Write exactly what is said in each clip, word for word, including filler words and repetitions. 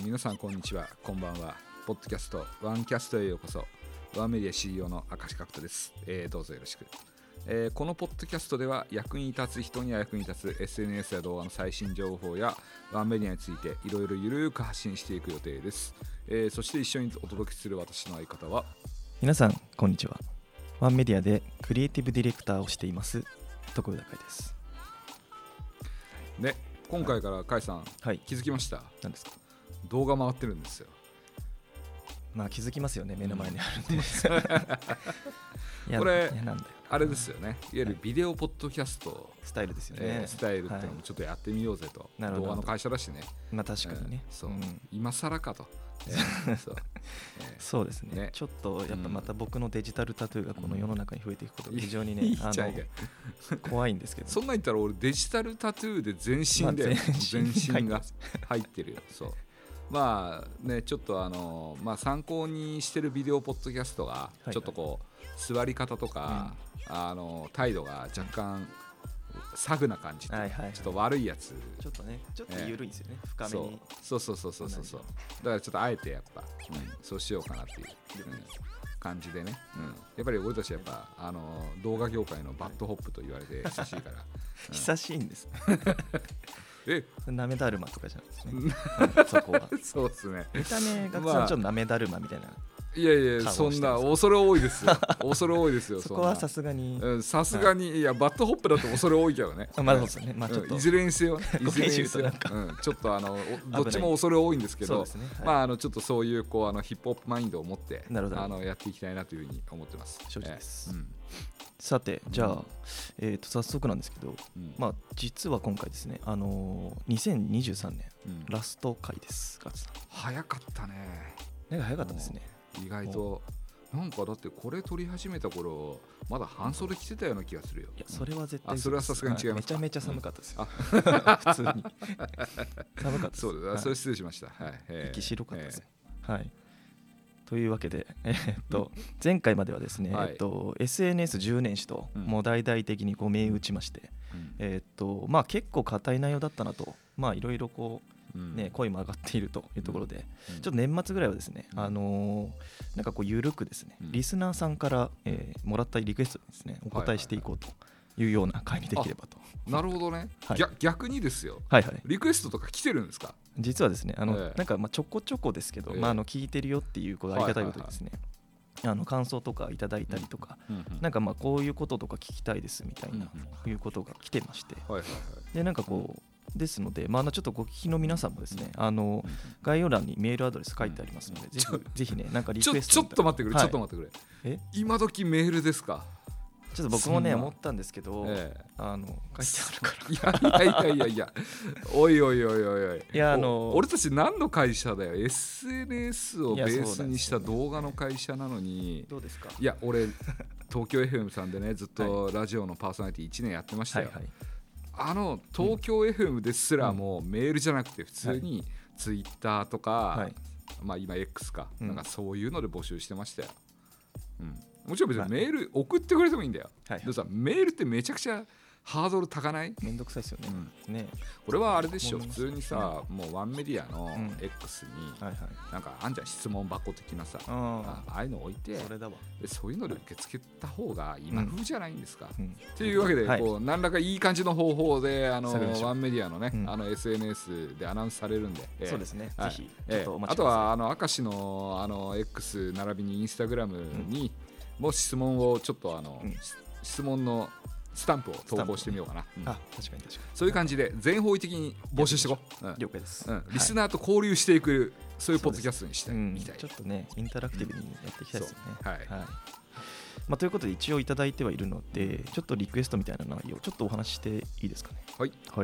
皆さんこんにちは、こんばんは。ポッドキャストワンキャストへようこそ。ワンメディア シーイーオー の明石角人です、えー、どうぞよろしく、えー、このポッドキャストでは役に立つ人には役に立つ エスエヌエス や動画の最新情報やワンメディアについていろいろゆるく発信していく予定です、えー、そして一緒にお届けする私の相方は、 皆さんこんにちは。ワンメディアでクリエイティブディレクターをしています徳浦海です。 ね、今回から海さん、はい、気づきました？ 何ですか？ 動画回ってるんですよ。 まあ気づきますよね、目の前にあるんで、うん、 これあれですよね、いわゆるビデオポッドキャストスタイルですよね、 えー、スタイルっていうのもちょっとやってみようぜと、はい、動画の会社だしね。 まあ確かにね、 えー、そう、 うん、 今更かとえー、そう、 えー、そうですね、ね、ちょっとやっぱまた僕のデジタルタトゥーがこの世の中に増えていくことが非常にね、うん、あの怖いんですけど、 そんなん言ったら俺デジタルタトゥーで全身で、まあ、全身が入ってるよ。そうまあね、ちょっとあの、まあ、参考にしてるビデオポッドキャストがちょっとこう座り方とか、うん、あの態度が若干サグな感じ、はいはいはい、ちょっと悪いやつ、 ちょっとね、ちょっと緩いですよね、えー、深めに。 そうそうそうそうそうそう、だからちょっとあえてやっぱ、うん、そうしようかなっていう、うん、感じでね、うん、やっぱり俺たちやっぱあの動画業界のバッドホップと言われて久しいから、 うん、久しいんですえなめだるまとかじゃないですね、うん、そこはそうですね、 見た目がちょっとなめだるまみたいな、まあ、 いやいや、そんな恐れ多いですよ恐れ多いですよそこはさすがにさすがに、いやバッドホップだと恐れ多いけどねまあそうですね、まあちょっと、 うん、いずれにせよいずれにせよ、うん、ちょっとあのどっちも恐れ多いんですけど、ね、はい、まああのちょっとそういうこうあのヒップホップマインドを持ってあのやっていきたいなというふうに思ってます。 承知です、えーうん、さてじゃあ、うん、えー、と早速なんですけど、うん、まあ実は今回ですね、あのー、にせんにじゅうさんねん、うん、ラスト回です。勝さん早かったね。 なんか早かったですね。 意外となんかだってこれ撮り始めた頃まだ半袖着てたような気がするよ。 いやそれは絶対、 あそれはさすがに違いますか。 めちゃめちゃ寒かったですよ、うん、普通に寒かったです。 そうだ、はい、それ失礼しました。はい、 息白かったですね、えー、はい。というわけで、えー、っと前回まではですね、はい、えー、っと エスエヌエスじゅう 年史ともう大々的にこう銘打ちまして、うん、えー、っとまあ結構硬い内容だったなと、まあいろいろこうね、声も上がっているというところで、うん、ちょっと年末ぐらいはですね、うん、あのー、なんかこう緩くですね、うん、リスナーさんから、えー、もらったリクエストにですねお答えしていこうというような回にできればと。 なるほどね、はい、逆にですよ、 はいはい、 リクエストとか来てるんですか？ 実はですね、あの、えー、なんかまあちょこちょこですけど、えーまあ、あの聞いてるよっていうこうありがたいことですね、はいはいはい、あの感想とかいただいたりとか、うんうんうん、なんかまあこういうこととか聞きたいですみたいな、うん、いうことが来てまして、はいはいはい、でなんかこうですので、まあ、ちょっとご聞きの皆さんもですね、あの概要欄にメールアドレス書いてありますので、ぜひぜひね、なんかリクエストちょ、ちょっと待ってくれ、はい、ちょっと待ってくれ。え今時メールですか？ ちょっと僕もね思ったんですけど、ええ、あの書いてあるから。いやいやいやいやおいおいおいおいおい。 いやあの俺たち何の会社だよ。 エスエヌエス をベースにした動画の会社なのに。 どうですか？ いや俺東京 エフエム さんでねずっとラジオのパーソナリティいちねんやってましたよ、はいはい、あの東京 エフエム ですらもメールじゃなくて普通にツイッターとか、はい、まあ今 X か、うん、なんかそういうので募集してましたよ、うん、もちろん別にメール送ってくれてもいいんだよ、はい、でさメールってめちゃくちゃハードル高ない？ めんどくさいですよね、うん、ね。 これはあれでしょ、普通にさもうワンメディアの X に、うんはいはい、なんかあんじゃん質問箱的なさ、ああいうの置いてそれだわでそういうので受け付けた方が今風じゃないんですか、うん、っていうわけで、うん、こう何らかいい感じの方法であのワンメディアのね、うん、あの エスエヌエス でアナウンスされるんで、えー、 そうですね、はい、ぜひちょっとお待ちください、えー、あとはあの明石のあの X 並びにインスタグラムにも質問をちょっとあの、うん、質問のスタンプを投稿してみようかな、ね、 うん、あ確かに確かにそういう感じで全方位的に募集していこう、うん、 了解です、 うん、リスナーと交流していく、はい、そういうポッドキャストにしたい、うん、みたいなちょっとねインタラクティブにやっていきたいですよね、 うん、はい、 はい、まあ、ということで一応いただいてはいるのでちょっとリクエストみたいな内容ちょっとお話ししていいですかね。 はい、 はい、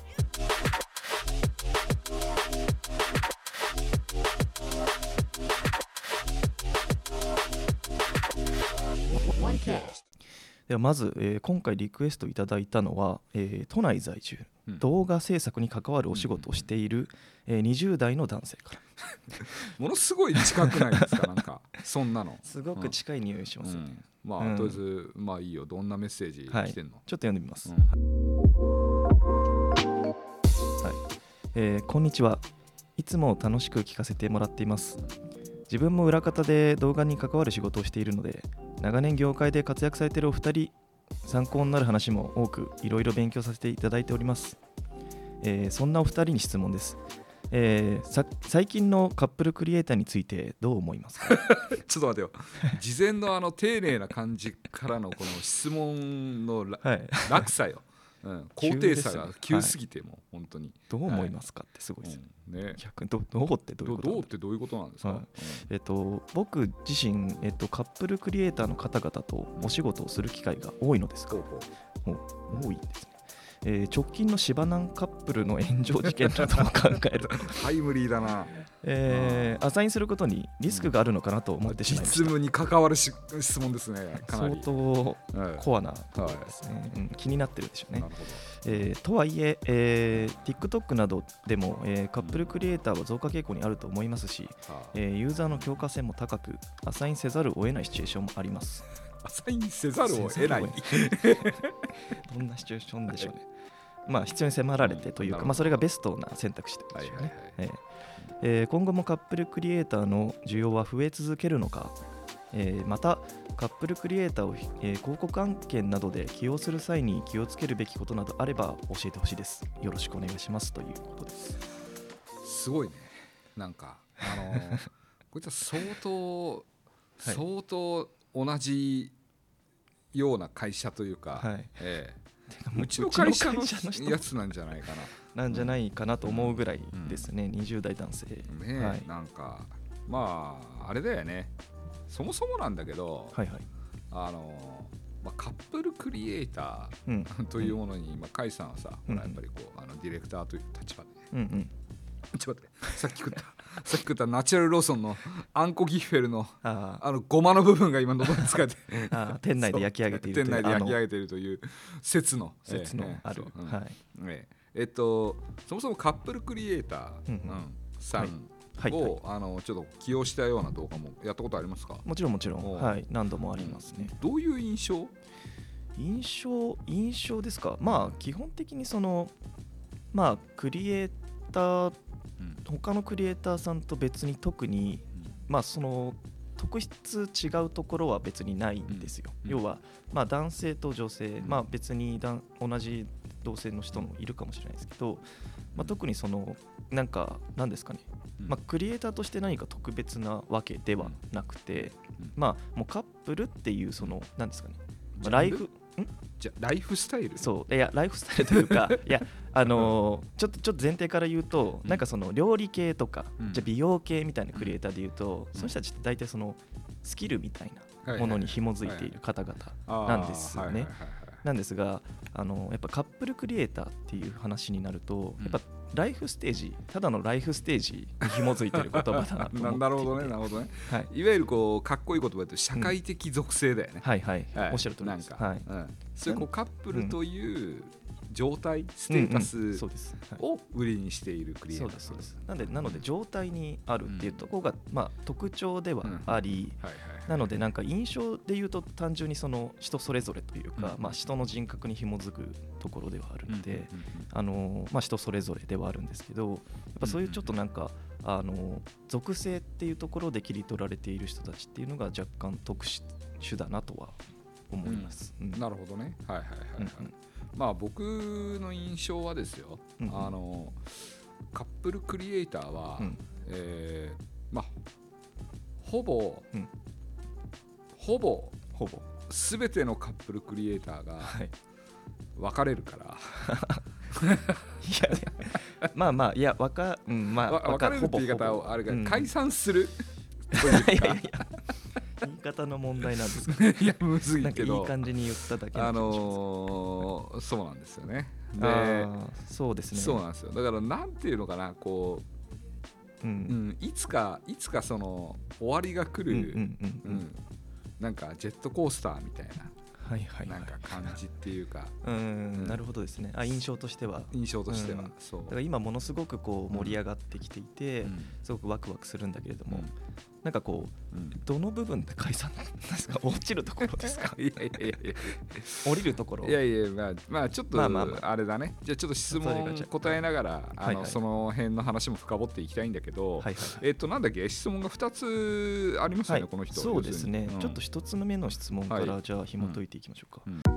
ではまず、えー、今回リクエストいただいたのは、えー、都内在住、うん、動画制作に関わるお仕事をしている、うん、えー、にじゅう代の男性からものすごい近くないですか？なんかそんなのすごく近い匂いしますよね、 うん、まあ、うん、とりあえずまあいいよ、どんなメッセージ来てんの、はい、ちょっと読んでみます、うん、はい、えー、こんにちは。 いつも楽しく聞かせてもらっています。自分も裏方で動画に関わる仕事をしているので、長年業界で活躍されているお二人、参考になる話も多くいろいろ勉強させていただいております。えー、そんなお二人に質問です。えー、さ最近のカップルクリエイターについてどう思いますか？ ちょっと待てよ。事前のあの丁寧な感じからのこの質問の、はい、落差よ、うん、高低差が急すぎても、はい、本当にどう思いますかってすごいですよ、 うんね、 逆に ど, どうってどういうことどうってどういうことなんですか？はい、うん、 えっと、僕自身、えっと、カップルクリエイターの方々とお仕事をする機会が多いのですが、ほうほう多いですね。えー、直近のシバナンカップルの炎上事件などを考えるとタイムリーだな、 えー、アサインすることにリスクがあるのかなと思ってしまいました。 実務に関わるし質問ですね。かなり相当コアなところですね、はいうん、気になってるでしょうね。 なるほど。 えー、とはいええー、TikTok などでも、えー、カップルクリエイターは増加傾向にあると思いますし、うんえー、ユーザーの強化性も高くアサインせざるを得ないシチュエーションもあります。 アサインせざるを得ないどんなシチュエーションでしょうね。まあ、必要に迫られてというか、まあ、それがベストな選択肢ということでしょうね。はいはいはいえー、今後もカップルクリエイターの需要は増え続けるのか、えー、またカップルクリエイターを、えー、広告案件などで起用する際に気をつけるべきことなどあれば教えてほしいです。よろしくお願いしますということです。 すごいね。なんかあのー、こいつは相当相当同じような会社というか、はいえーうちの会社のやつなんじゃないかななんじゃないかなと思うぐらいですね、うん、にじゅう代男性、 ねはい、なんかまああれだよね、そもそもなんだけど、はいはい、あのまあ、カップルクリエイター、うん、というものに、まあ、甲斐さんはさ、うん、やっぱりこうあのディレクターという立場で、うんうんちょっと待ってさっき食ったさっき食ったナチュラルローソンのあんこギッフェルの あ, あのごまの部分が今喉に使えてあ店内で焼き上げている店内で焼き上げているという説の説のある、 えーはいえー、えっとそもそもカップルクリエイター、うんうん、さんを、はいはいはい、あのちょっと起用したような動画もやったことありますか？ もちろんもちろん、はい、何度もありますね、 うん、どういう印象印象印象ですか？まあ基本的にそのまあクリエイター他のクリエイターさんと別に特に、まあ、その特質違うところは別にないんですよ、うん、要は、まあ、男性と女性、まあ、別にだ同じ同性の人もいるかもしれないですけど、まあ、特にそのなんか何ですかね、まあ、クリエイターとして何か特別なわけではなくて、まあ、もうカップルっていうその何ですかね、まあ、ライフんじゃライフスタイルそういやライフスタイルというかいやあのー、ちょっとちょっと前提から言うと、うん、なんかその料理系とか、うん、じゃ美容系みたいなクリエイターで言うと、うん、その人たちって大体そのスキルみたいなものに紐づいている方々なんですよね。なんですがあのやっぱカップルクリエイターっていう話になると、やっぱライフステージただのライフステージに紐づいている言葉だなと思っていてなるほどねなるほどね、はい、いわゆるこうかっこいい言葉で言うと社会的属性だよね、うん、 はいはい、はい、おっしゃる通りです。 なんか、はいうん、そういうこうカップルという状態、うん、ステータスを売りにしているクリエイター、 そうですそうですなのでなので状態にあるっていうところが、まあ、特徴ではあり、うんはいはいはい、なのでなんか印象で言うと単純にその人それぞれというか、うんまあ、人の人格に紐づくところではあるので、うんうんうんあのまあ、人それぞれではあるんですけど、やっぱそういうちょっとなんかあの属性っていうところで切り取られている人たちっていうのが若干特殊だなとは思います、 うんうん、なるほどねはいはいはい、はいうんうんまあ、僕の印象はですよ、うんうん、あのカップルクリエイターは、うんえーまあ、ほぼ、うん、ほぼほぼ全てのカップルクリエイターが別れるから、はい、いやまあまあいやわか、うんまあ、 別れるって言い方はあるから、うん、解散するというかいやいやいや言い方の問題なんですかね。 いやむずいけどいい感じに言っただけの気がします、 あのー、そうなんですよね。 でそうですねそうなんですよ。だからなんていうのかなこう、うんうん、いつかいつかその終わりが来る、うんうんうんうん、なんかジェットコースターみたいな、はいはいはい、なんか感じっていうかうん、うん、なるほどですね。あ印象としては印象としては、うん、 そうだから今ものすごくこう盛り上がってきていて、うん、すごくワクワクするんだけれども、うんなんかこう、うん、どの部分で解散なんですか？落ちるところですか？ いやいやいや降りるところ。 いやいや、まあ、まあちょっとあれだね。じゃあちょっと質問答えながら、あのその辺の話も深掘っていきたいんだけど、はいはいはい、えっとなんだっけ、質問がふたつありますよね、はい、この人。 そうですね、うん、ちょっとひとつめの質問から、はい、じゃあ紐解いていきましょうか。うんうん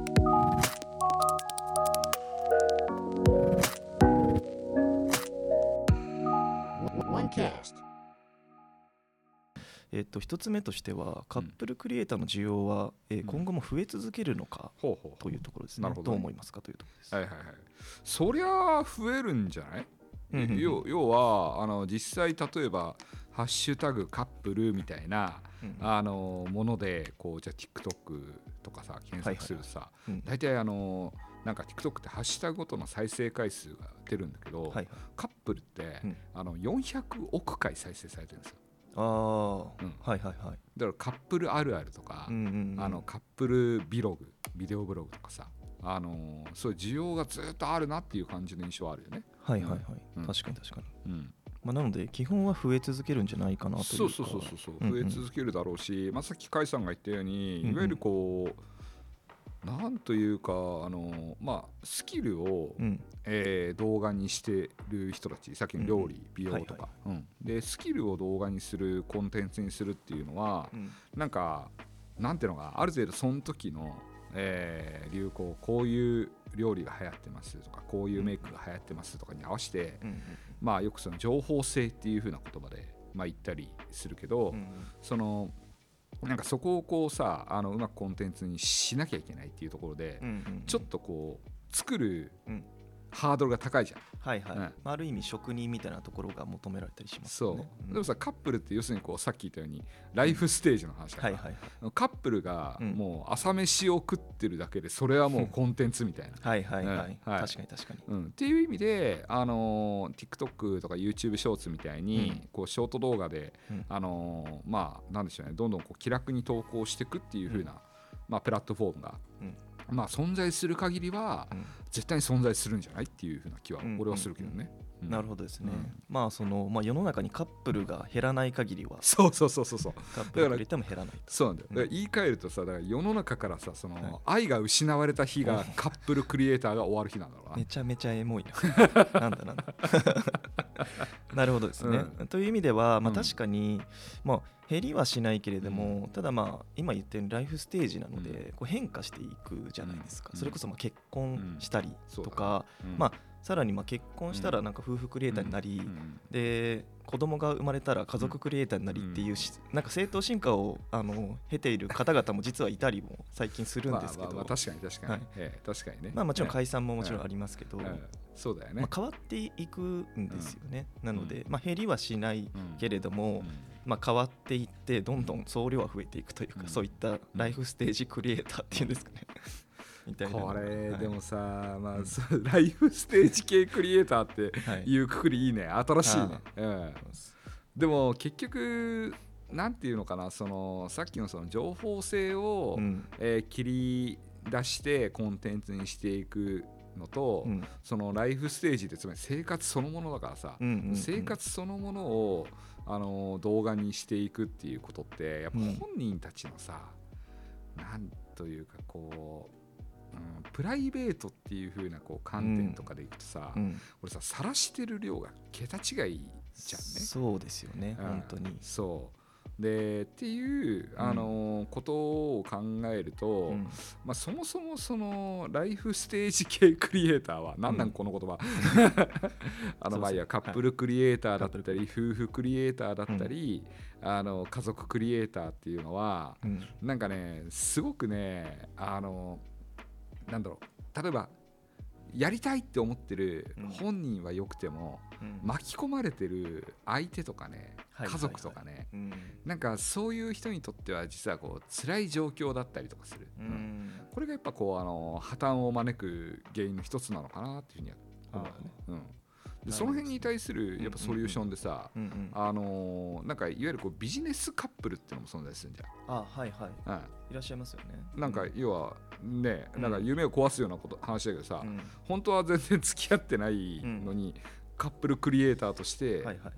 えっと、ひとつめとしてはカップルクリエイターの需要は、うん、えー、今後も増え続けるのか、うん、というところですね。どう思いますかというところです。 はいはいはい、そりゃ増えるんじゃない？うんうんうん、要, 要はあの実際例えばハッシュタグカップルみたいな、うんうん、あのものでこうじゃあ TikTok とかさ検索するとさ、はいはいはい、大体あのなんか TikTok ってハッシュタグごとの再生回数が出るんだけど、はいはい、カップルって、うん、あのよんひゃくおくかい再生されてるんですよ。 ああ、うん、はいはいはい。 だからカップルあるあるとか、うんうんうん、あのカップルビログ、ビデオブログとかさ、あのー、そういう需要がずっとあるなっていう感じの印象あるよね。 はいはいはい、うん、確かに確かに。うん、まあ、なので基本は増え続けるんじゃないかなというか。 そうそうそうそう、うんうん、増え続けるだろうし、まあ、さっき甲斐さんが言ったように、いわゆるこう、うんうんなんというかあの、まあ、スキルを、うんえー、動画にしてる人たち、さっきの料理、うん、美容とか、はいはいうん、でスキルを動画にするコンテンツにするっていうのは、うん、なんかなんていうのかある程度その時の、えー、流行、こういう料理が流行ってますとかこういうメイクが流行ってますとかに合わせて、うんまあ、よくその情報性っていう風な言葉で、まあ、言ったりするけど、うん、そのなんかそこをこうさあのうまくコンテンツにしなきゃいけないっていうところで、うんうんうん、ちょっとこう作るハードルが高いじゃん。 はいはい、うん、ある意味職人みたいなところが求められたりしますよね。 そう、うん、でもさカップルって要するにこうさっき言ったようにライフステージの話だから、うんはいはいはい、カップルがもう朝飯を食ってるだけでそれはもうコンテンツみたいなはいはいはい、うんはい、確かに確かに、 うん、っていう意味で、あのー、TikTok とか YouTube ショーツみたいに、うん、こうショート動画で、うんあのー、まあなんでしょうね、どんどんこう気楽に投稿していくっていう風な、うんまあ、プラットフォームが、うんまあ、存在する限りは、うん、絶対に存在するんじゃないっていう風な気は俺はするけどね、 うんうんうん、なるほどですね、うん、まあそのまあ、世の中にカップルが減らない限りはそうそうそうそうそうカップルが減っても減らないと。 そうなんだよ、だから言い換えるとさ、だから世の中からさその、はい、愛が失われた日がカップルクリエイターが終わる日なんだろうな。 めちゃめちゃエモいななんだなんだなるほどですね、うん、という意味では、まあ、確かに、うんまあ、減りはしないけれども、うん、ただまあ今言ったようにライフステージなので、うん、こう変化していくじゃないですか、うん、それこそまあ結婚したりとか、うんうんまあ、さらにまあ結婚したらなんか夫婦クリエイターになり、うん、で子供が生まれたら家族クリエイターになりっていう、うん、なんか正当進化をあの経ている方々も実はいたりも最近するんですけど、まあまあまあ確かに確かに、はいえー、確かにね、 まあ、もちろん解散ももちろんありますけど、 えーえー、そうだよね、 まあ、変わっていくんですよね、うん、なので、まあ、減りはしないけれども、うんまあ、変わっていってどんどん総量は増えていくというか、うん、そういったライフステージクリエイターっていうんですかねみたいな。 これ、はい、でもさ、まあうん、ライフステージ系クリエイターっていうくくりいいね、新しいね、うん、でも結局なんていうのかな、そのさっきのその情報性を、うんえー、切り出してコンテンツにしていくのと、うん、そのライフステージってつまり生活そのものだからさ、うんうんうん、生活そのものをあの動画にしていくっていうことってやっぱ本人たちのさ、うん、なんというかこう、うん、プライベートっていう風なこう観点とかでいくとさ、うん、これさ晒してる量が桁違いじゃんね。 そうですよね、うん、本当にそうでっていう、あのー、ことを考えると、うんまあ、そもそもそのライフステージ系クリエイターは何なんこの言葉、うん、あのまあいやカップルクリエイターだったり、はい、夫婦クリエイターだったり、うん、あの家族クリエイターっていうのは、うん、なんかねすごくねあのなんだろう、例えばやりたいって思ってる本人はよくても、うん、巻き込まれてる相手とかね、家族とかね、はいはいはいうん、なんかそういう人にとっては実はこう辛い状況だったりとかする、うんうん、これがやっぱこうあの破綻を招く原因の一つなのかなっていうふうには思うよね、うんでその辺に対するやっぱソリューションでさ、うんうんうん、あのー、なんかいわゆるこうビジネスカップルっていうのも存在するんじゃん。 あはいはい、うん、いらっしゃいますよね。 なんか要はね、なんか夢を壊すようなこと話だけどさ、うん、本当は全然付き合ってないのに、うん、カップルクリエイターとして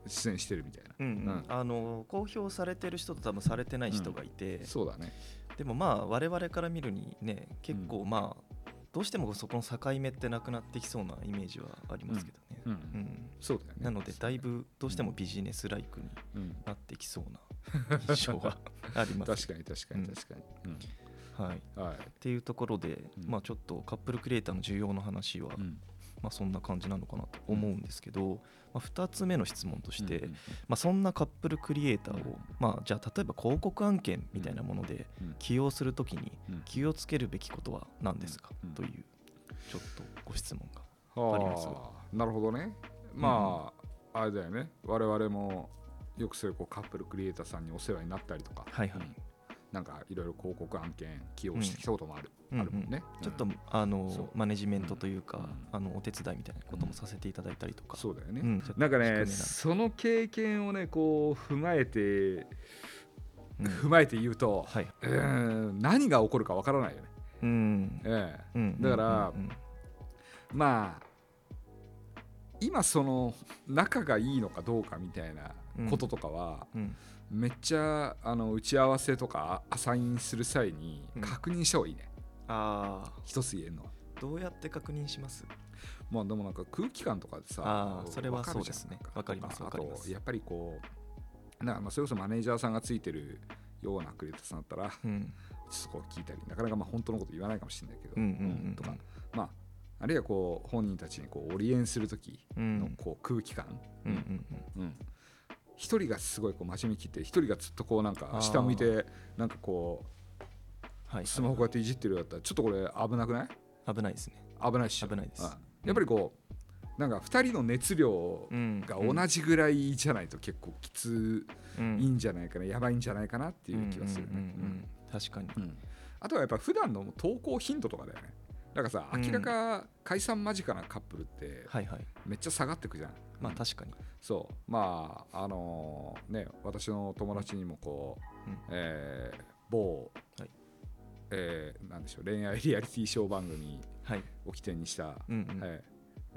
出演してるみたいな、 うんうんうん、あの公表されてる人と多分されてない人がいて、 うん、そうだね。 でもまあ我々から見るにね結構まあ、うん、どうしてもそこの境目ってなくなってきそうなイメージはありますけどね、うんうんうん、 そうだよね。 なのでだいぶどうしてもビジネスライクになってきそうな印象はあります、 確かに確かに確かに、うん、 はい、はい、っていうところで、うん、まあちょっとカップルクリエイターの需要の話は、うん、まあ、そんな感じなのかなと思うんですけど、うん、まあ、ふたつめの質問として、うんうんうん、まあ、そんなカップルクリエイターを、うん、まあ、じゃあ例えば広告案件みたいなもので起用するときに気をつけるべきことは何ですか、うんうん、というちょっとご質問があります。 なるほどね。まあ、うん、あれだよね、我々もよくそういうこうカップルクリエイターさんにお世話になったりとか、はいはい、なんかいろいろ広告案件起用してきたこともある、うん、あるもんね、 うんうん、ちょっとあのマネジメントというか、うん、あのお手伝いみたいなこともさせていただいたりとか、 うん、そうだよね、うん、なんかねその経験をねこう踏まえて、うん、踏まえて言うと、はい、うーん何が起こるかわからないよね、うんええうん、だから、うんうんうん、まあ今その仲がいいのかどうかみたいなこととかは、うんうんめっちゃあの打ち合わせとかアサインする際に確認した方がいいね、うん、あ一つ言えるのはどうやって確認します？ まあでもなんか空気感とかでさあそれはそうですねわかりますわかります。 あとやっぱりこうなんかまあそれこそマネージャーさんがついてるようなクリエイターさんだったら、うん、そこを聞いたりなかなかまあ本当のこと言わないかもしれないけど、うんうんうんうん、とかまああるいはこう本人たちにこうオリエンする時のこう空気感、うんうんうんうん一人がすごいこう真面目に切って一人がずっとこうなんか下向いてなんかこうスマホこうやっていじってるようだったらちょっとこれ危なくない？ 危ないですね。 危ないし危ないです。 やっぱりこうなんかふたりの熱量が同じぐらいじゃないと結構きついんじゃないかな、やばいんじゃないかなっていう気がするね。 確かに、 うん、あとはやっぱ普段の投稿頻度とかだよね。だからさ明らか解散間近なカップルってめっちゃ下がってくじゃん。 まあ確かにそうまああのー、ね私の友達にもこう、うんえー、某、はいえー、なんでしょう恋愛リアリティショー番組を起点にした、はいうんうんはい、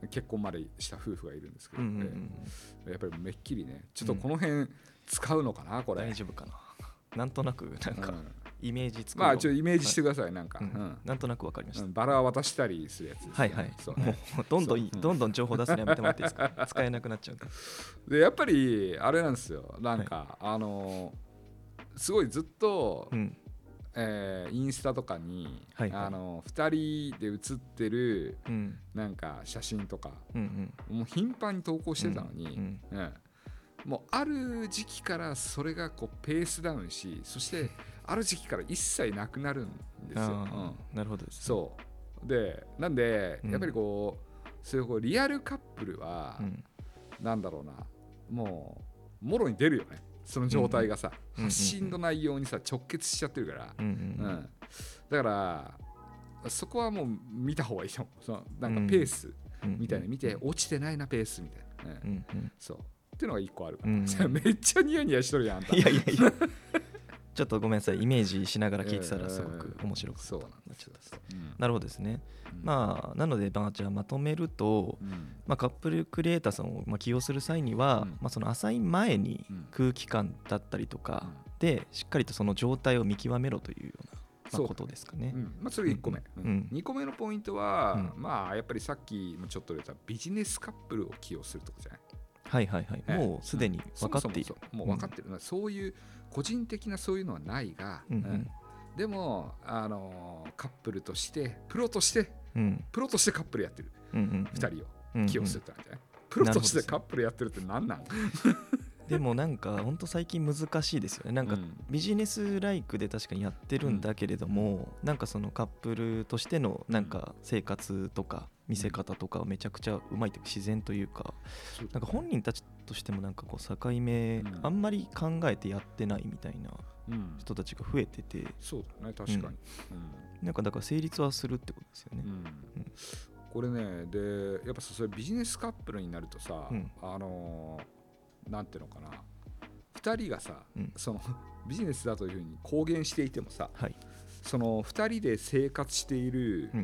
結婚までした夫婦がいるんですけど、うんうんうんえー、やっぱりめっきりねちょっとこの辺使うのかな、うん、これ大丈夫かななんとなくなんか、うんイメージ作るまあちょっとイメージしてください、はい、なんか、うんうん、なんとなく分かりました、うん、 バラ渡したりするやつです、ね、 はいはいそう、ね、もうどんどんどんどん情報出すのやめてもらっていいですか使えなくなっちゃうでやっぱりあれなんですよなんか、はい、あのすごいずっと、うんえー、インスタとかに、はいはい、あのふたりで写ってる、うん、なんか写真とか、うんうん、もう頻繁に投稿してたのに、うんうんうんもうある時期からそれがこうペースダウンしそしてある時期から一切なくなるんですよ、うん、 なるほどです、ね、 そうでなんで、うん、やっぱりこうそういうこうリアルカップルは、うん、なんだろうなもうもろに出るよねその状態がさ、うん、発信の内容にさ直結しちゃってるから、うんうんうん、だからそこはもう見た方がいいよそのなんかペースみたいな見て、落ちてないなペースみたいな、うんうん、そうっていうのがいっこあるから、うん、めっちゃニヤニヤしとるやんあんたいやいやいやちょっとごめんなさいイメージしながら聞いてたらすごく面白かった、えー、そうなんですよ、うん、なるほどですね、うん、まあなので、まあ、じゃあまとめると、うんまあ、カップルクリエイターさんをまあ起用する際には、うんまあ、そのアサイン前に空気感だったりとかでしっかりとその状態を見極めろというようなまあ、ことですかね。 うんまあ、それいっこめ、うんうん、にこめのポイントは、うん、まあやっぱりさっきもちょっと出たビジネスカップルを起用するとこじゃない。 はいはいはい、えー、もうすでに分かっている、 そもそもそうもう分かってる、うん、そういう個人的なそういうのはないが、うんうん、でもあのカップルとしてプロとして、うん、プロとしてカップルやってる、うんうんうん、ふたりを起用するってなんじゃない、うんうん、プロとしてカップルやってるって何なんでもなんか本当最近難しいですよね。なんかビジネスライクで確かにやってるんだけれども、うん、なんかそのカップルとしてのなんか生活とか見せ方とかめちゃくちゃうまいというか自然というか、なんか本人たちとしてもなんかこう境目あんまり考えてやってないみたいな人たちが増えてて、 そうだね確かに、うん、 なんかだから成立はするってことですよね、うんうん、 これねでやっぱそれビジネスカップルになるとさ、うん、あのーなんていうのかなふたりがさ、うん、そのビジネスだというふうに公言していてもさ、はい、そのふたりで生活している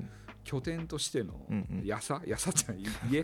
拠点としてのうんうんやさやさじゃない家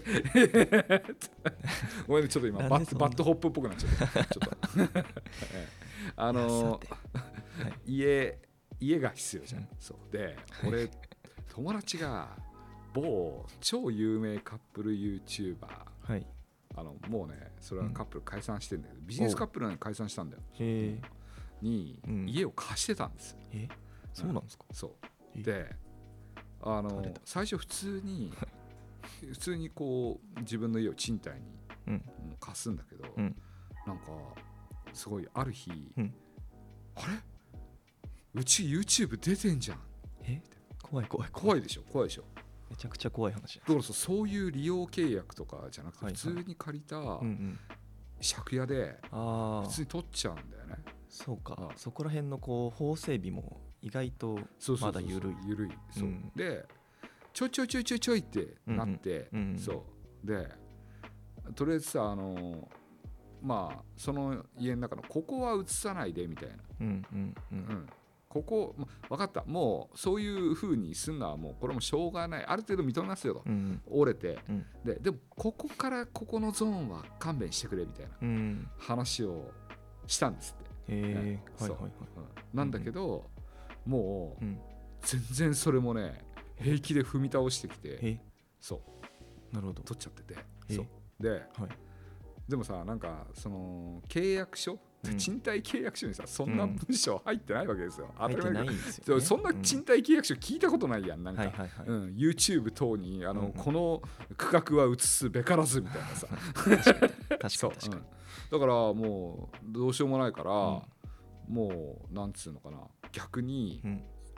ごめんねちょっと今バッバッドホップっぽくなっちゃったちょっとあの家家が必要じゃん、うん、そうで俺友達が某超有名カップル YouTuber、はい、あのもうねそれはカップル解散してるんだけど、うん、ビジネスカップルなのに解散したんだよへに、うん、家を貸してたんですよ。 えそうなんですか。 そうであの最初普通に普通にこう自分の家を賃貸に、うん、貸すんだけど、うん、なんかすごいある日、うん、あれうち YouTube 出てんじゃん。 え怖い怖い怖いでしょ怖いでしょめちゃくちゃ怖い話だからそういう利用契約とかじゃなくて普通に借りた借家で普通に取っちゃうんだよね。 そうか、ああそこら辺のこう法整備も意外とまだ緩い緩いそう、うん、でちょいちょいちょいちょいちょいってなって、うんうんうん、そうでとりあえずさあのまあその家の中のここは映さないでみたいな、うんうんうんうん、ここ、ま、分かったもうそういう風にすんのはもうこれもしょうがないある程度認めますよと、うん、折れて、うん、で, でもここからここのゾーンは勘弁してくれみたいな話をしたんですって。 へーはいはいはい、 うん、なんだけど、うん、もう、うん、全然それもね平気で踏み倒してきてそうなるほど取っちゃっててそうで、はい、でもさなんかその契約書、うん、賃貸契約書にさそんな文章入ってないわけですよ、 うん、入ってないんですよ、ね、 そんな賃貸契約書聞いたことないやんなんか、はいはいはいうん、YouTube 等にあの、うんうん、この区画は映すべからずみたいなさ確かに確かに確かに、うん、 だからもうどうしようもないから、うん、もうなんつうのかな逆に、うん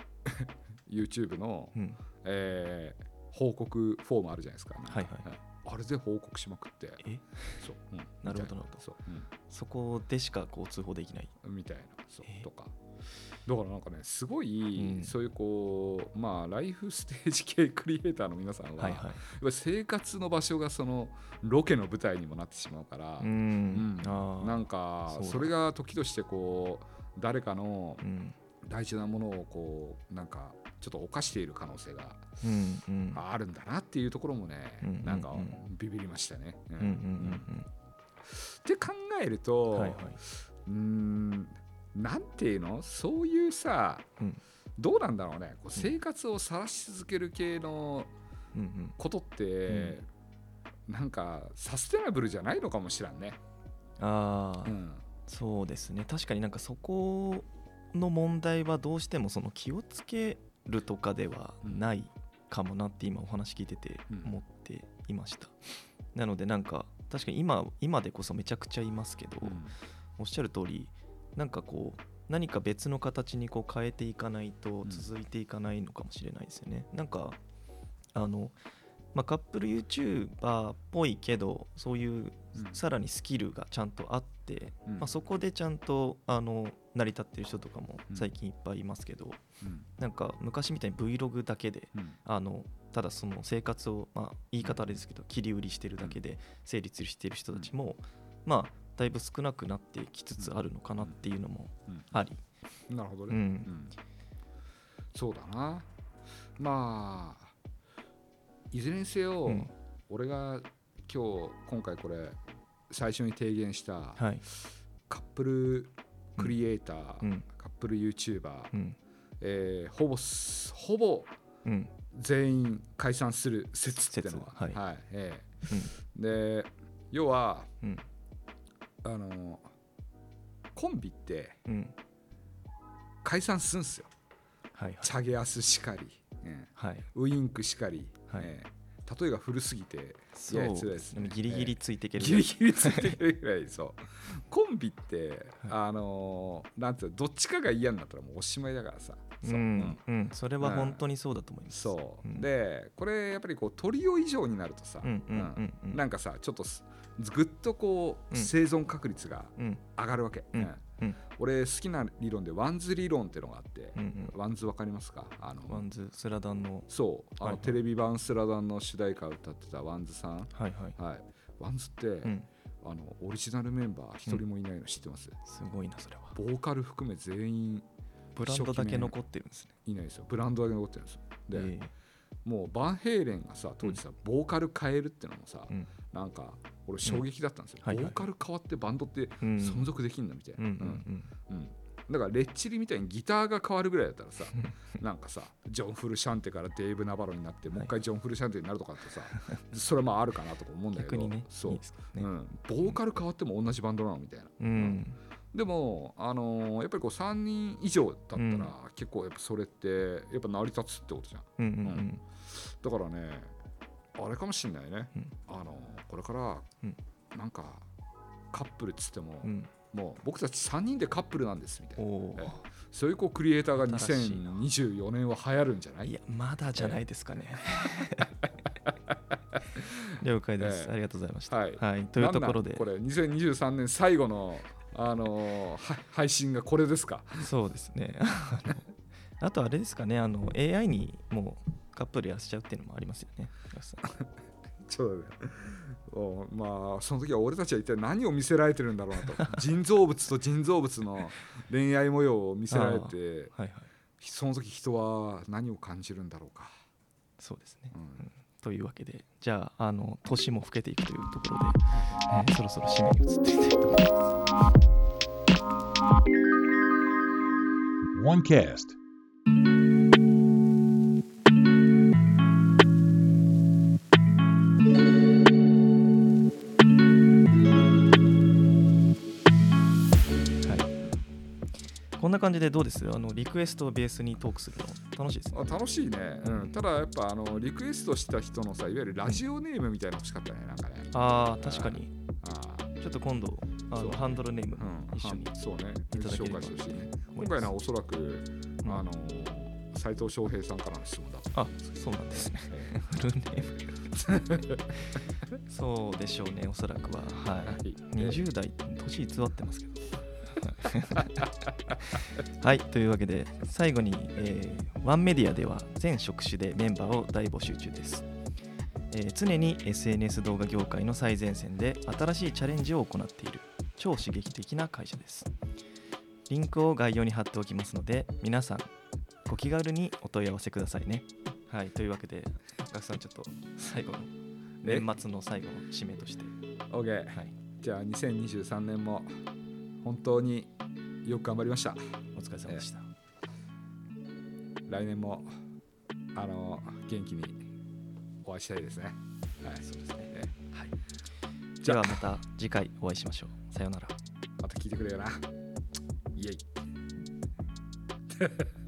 、YouTube の、うんえー、報告フォームあるじゃないですか、はいはいはい、あれで報告しまくってえそう、うん、なるほどなるほどそう、うん、そこでしかこう通報できないみたいなそうとかだからなんかねすごい、うん、そういうこうまあライフステージ系クリエイターの皆さんは、はいはい、やっぱり生活の場所がそのロケの舞台にもなってしまうから、うんうん、あなんかそれが時としてこう誰かの大事なものをこうなんかちょっと犯している可能性があるんだなっていうところもね、うんうん、なんかビビりましたね。うんうんうんうん、って考えると、はいはい、うーんなんていうのそういうさ、うん、どうなんだろうねこう生活を晒し続ける系のことって、うんうん、なんかサステナブルじゃないのかもしらんね。 ああ、うん、そうですね確かになんかそこの問題はどうしてもその気をつけるとかではないかもなって今お話聞いてて思っていました、うん、なのでなんか確かに 今, 今でこそめちゃくちゃいますけど、うん、おっしゃる通りなんかこう何か別の形にこう変えていかないと続いていかないのかもしれないですよね、うん、なんかあの、まあ、カップル YouTuber っぽいけどそういうさらにスキルがちゃんとあって、うんまあ、そこでちゃんとあの成り立ってる人とかも最近いっぱいいますけど、うん、なんか昔みたいに Vlog だけで、うん、あのただその生活を、まあ、言い方あれですけど切り売りしてるだけで成立している人たちも、まあだいぶ少なくなってきつつあるのかなっていうのもあり、 うん、なるほどね、うんうん、そうだなまあいずれにせよ、うん、俺が今日今回これ最初に提言した、はい、カップルクリエイター、うん、カップル YouTuber、うんえー、ほぼほぼ全員解散する説ってのは、はいはいえーうん、で要は、うんあのコンビって解散するんすよ、はいはい、チャゲアスしかり、えーはい、ウインクしかり、はいえー、例えが古すぎてそうですねギリギリついていける、 えー、ギリギリついていけるぐらいそうコンビって、はい、あのなんていうのどっちかが嫌になったらもうおしまいだからさそう、うんうん、それは本当にそうだと思います。 そう、うん、でこれやっぱりこうトリオ以上になるとさ、うんうんうんうん、なんかさちょっとぐっとこう、うん、生存確率が上がるわけ、うんうんうん、俺好きな理論でワンズ理論っていうのがあって、うんうん、ワンズわかりますか？あのワンズスラダンのそうあの、はいはい、テレビ版スラダンの主題歌を歌ってたワンズさん、はいはいはい、ワンズって、うん、あのオリジナルメンバー一人もいないの知ってます？ うん、すごいなそれは。 ボーカル含め全員ブランドだけ残ってるんですね。 いないですよ。ブランドだけ残ってるんですよ。で、えー、 もうバンヘイレンがさ当時さ、うん、ボーカル変えるってのもさ、うん、なんか俺衝撃だったんですよ、うんはいはい、ボーカル変わってバンドって存続できんのみたいな、うんうんうんうん、だからレッチリみたいにギターが変わるぐらいだったらさなんかさジョン・フルシャンテからデイブ・ナバロになってもう一回ジョン・フルシャンテになるとかってさ、はい、それはまああるかなとか思うんだけど逆にねそういいですね、うん、ボーカル変わっても同じバンドなのみたいな、うんうんでも、あのー、やっぱりこうさんにん以上だったら、うん、結構やっぱそれってやっぱ成り立つってことじゃん、うんうんうんうん、だからねあれかもしんないね、うん、あのー、これから、うん、なんかカップルっつっても、うん、もう僕たちさんにんでカップルなんですみたいなそういうこうクリエイターがにせんにじゅうよねんは流行るんじゃない？ いやまだじゃないですかね了解です、えー、ありがとうございました、はいはい、というところでこれにせんにじゅうさんねん最後のあのー、配信がこれですか？ そうですねあとあれですかねあの エーアイ にもうカップルやらせちゃうっていうのもありますよねちょっとねまあその時は俺たちは一体何を見せられてるんだろうなと人造物と人造物の恋愛模様を見せられて、はいはい、その時人は何を感じるんだろうか。 そうですね、うんうんというわけでじゃあ、あの年も更けていくというところで、えー、そろそろ締めに移っていきたいと思います。ワンキャストこんな感じでどうです？あのリクエストをベースにトークするの楽しいですね。 あ楽しいね、うん、ただやっぱあのリクエストした人のさいわゆるラジオネームみたいなの欲しかったねなんかね。 ああ確かに。あちょっと今度あのハンドルネーム一緒に、うん、 そうねいただければと思います。今回のはおそらく、うん、あの斉藤翔平さんからの質問だった。 あそうなんですね。フルネームそうでしょうねおそらくは、はい、にじゅう代年偽ってますけどはいというわけで最後に、えー、ワンメディアでは全職種でメンバーを大募集中です、えー、常に エスエヌエス 動画業界の最前線で新しいチャレンジを行っている超刺激的な会社です。リンクを概要に貼っておきますので皆さんご気軽にお問い合わせくださいね。はいというわけで赤木さんちょっと最後の年末の最後の締めとして OK、はい、じゃあにせんにじゅうさんねんも本当によく頑張りました。 お疲れ様でした、 えー、来年もあの元気にお会いしたいですね。 はい、そうですね、えーはい、じゃあまた次回お会いしましょう。さようなら。 また聞いてくれよな。イエイ